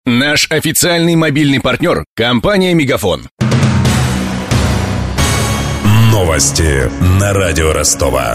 Наш официальный мобильный партнер – компания «Мегафон». Новости на радио Ростова.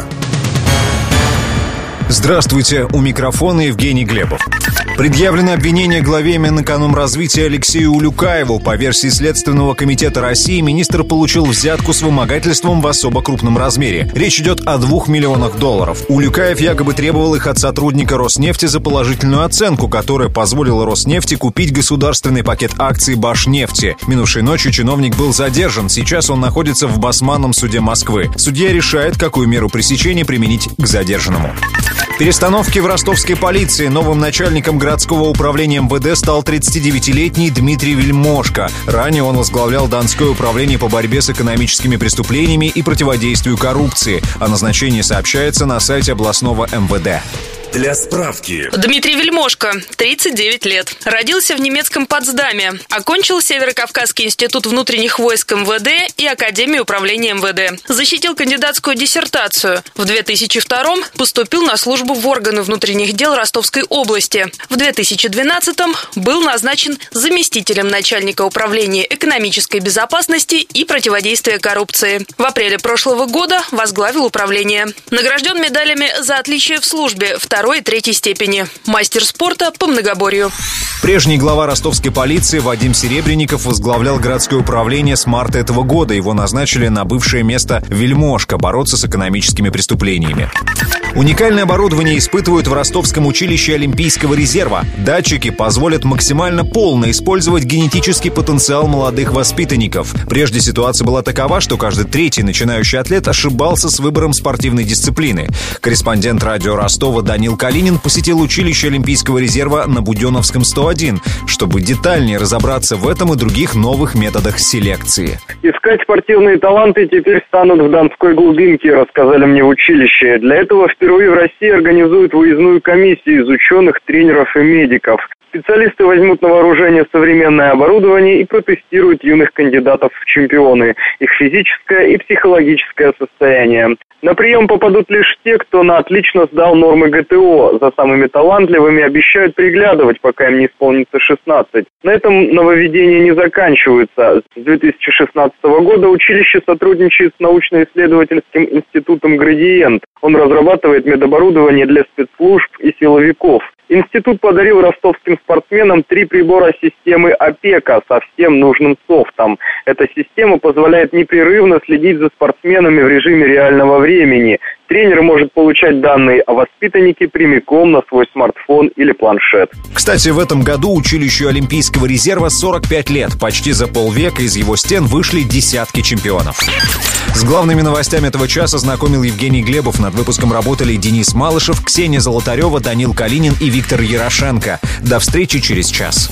Здравствуйте, у микрофона Евгений Глебов. Предъявлено обвинение главе Минэкономразвития Алексею Улюкаеву. По версии Следственного комитета России, министр получил взятку с вымогательством в особо крупном размере. Речь идет о $2 миллионах. Улюкаев якобы требовал их от сотрудника Роснефти за положительную оценку, которая позволила Роснефти купить государственный пакет акций Башнефти. Минувшей ночью чиновник был задержан. Сейчас он находится в Басманном суде Москвы. Судья решает, какую меру пресечения применить к задержанному. Перестановки в ростовской полиции. Новым начальником городского управления МВД стал 39-летний Дмитрий Вельмошко. Ранее он возглавлял Донское управление по борьбе с экономическими преступлениями и противодействию коррупции. О назначении сообщается на сайте областного МВД. Для справки. Дмитрий Вельмошко, 39 лет. Родился в немецком Потсдаме. Окончил Северокавказский институт внутренних войск МВД и Академию управления МВД. Защитил кандидатскую диссертацию. В 2002-м поступил на службу в органы внутренних дел Ростовской области. В 2012-м был назначен заместителем начальника управления экономической безопасности и противодействия коррупции. В апреле прошлого года возглавил управление. Награжден медалями за отличие в службе 2 и 3 степени. Мастер спорта по многоборью. Прежний глава ростовской полиции Вадим Серебренников возглавлял городское управление с марта этого года. Его назначили на бывшее место Вельмошко бороться с экономическими преступлениями. Уникальное оборудование испытывают в Ростовском училище Олимпийского резерва. Датчики позволят максимально полно использовать генетический потенциал молодых воспитанников. Прежде ситуация была такова, что каждый третий начинающий атлет ошибался с выбором спортивной дисциплины. Корреспондент радио Ростова Данил Калинин посетил училище Олимпийского резерва на Буденновском 101, чтобы детальнее разобраться в этом и других новых методах селекции. Искать спортивные таланты теперь станут в Донской глубинке, рассказали мне в училище. Для этого впервые в России организуют выездную комиссию из ученых, тренеров и медиков. Специалисты возьмут на вооружение современное оборудование и протестируют юных кандидатов в чемпионы, их физическое и психологическое состояние. На прием попадут лишь те, кто отлично сдал нормы ГТО. За самыми талантливыми обещают приглядывать, пока им не исполнится 16. На этом нововведения не заканчиваются. С 2016 года училище сотрудничает с научно-исследовательским институтом «Градиент». Он разрабатывает медоборудование для спецслужб и силовиков. Институт подарил ростовским спортсменам 3 прибора системы ОПЕКа со всем нужным софтом. Эта система позволяет непрерывно следить за спортсменами в режиме реального времени. Тренер может получать данные о воспитаннике прямиком на свой смартфон или планшет. Кстати, в этом году училищу Олимпийского резерва 45 лет. Почти за полвека из его стен вышли десятки чемпионов. С главными новостями этого часа знакомил Евгений Глебов. Над выпуском работали Денис Малышев, Ксения Золотарева, Данил Калинин и Виктор Ярошенко. До встречи через час.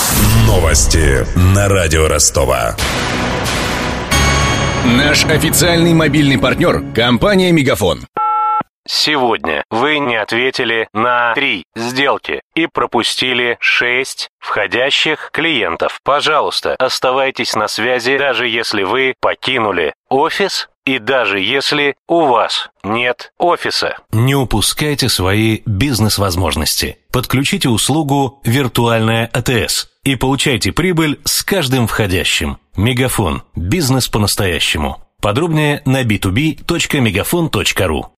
Новости на радио Ростова. Наш официальный мобильный партнер – компания «Мегафон». Сегодня вы не ответили на 3 сделки и пропустили 6 входящих клиентов. Пожалуйста, оставайтесь на связи, даже если вы покинули офис и даже если у вас нет офиса. Не упускайте свои бизнес-возможности. Подключите услугу «Виртуальная АТС» и получайте прибыль с каждым входящим. Мегафон. Бизнес по-настоящему. Подробнее на b2b.megafon.ru.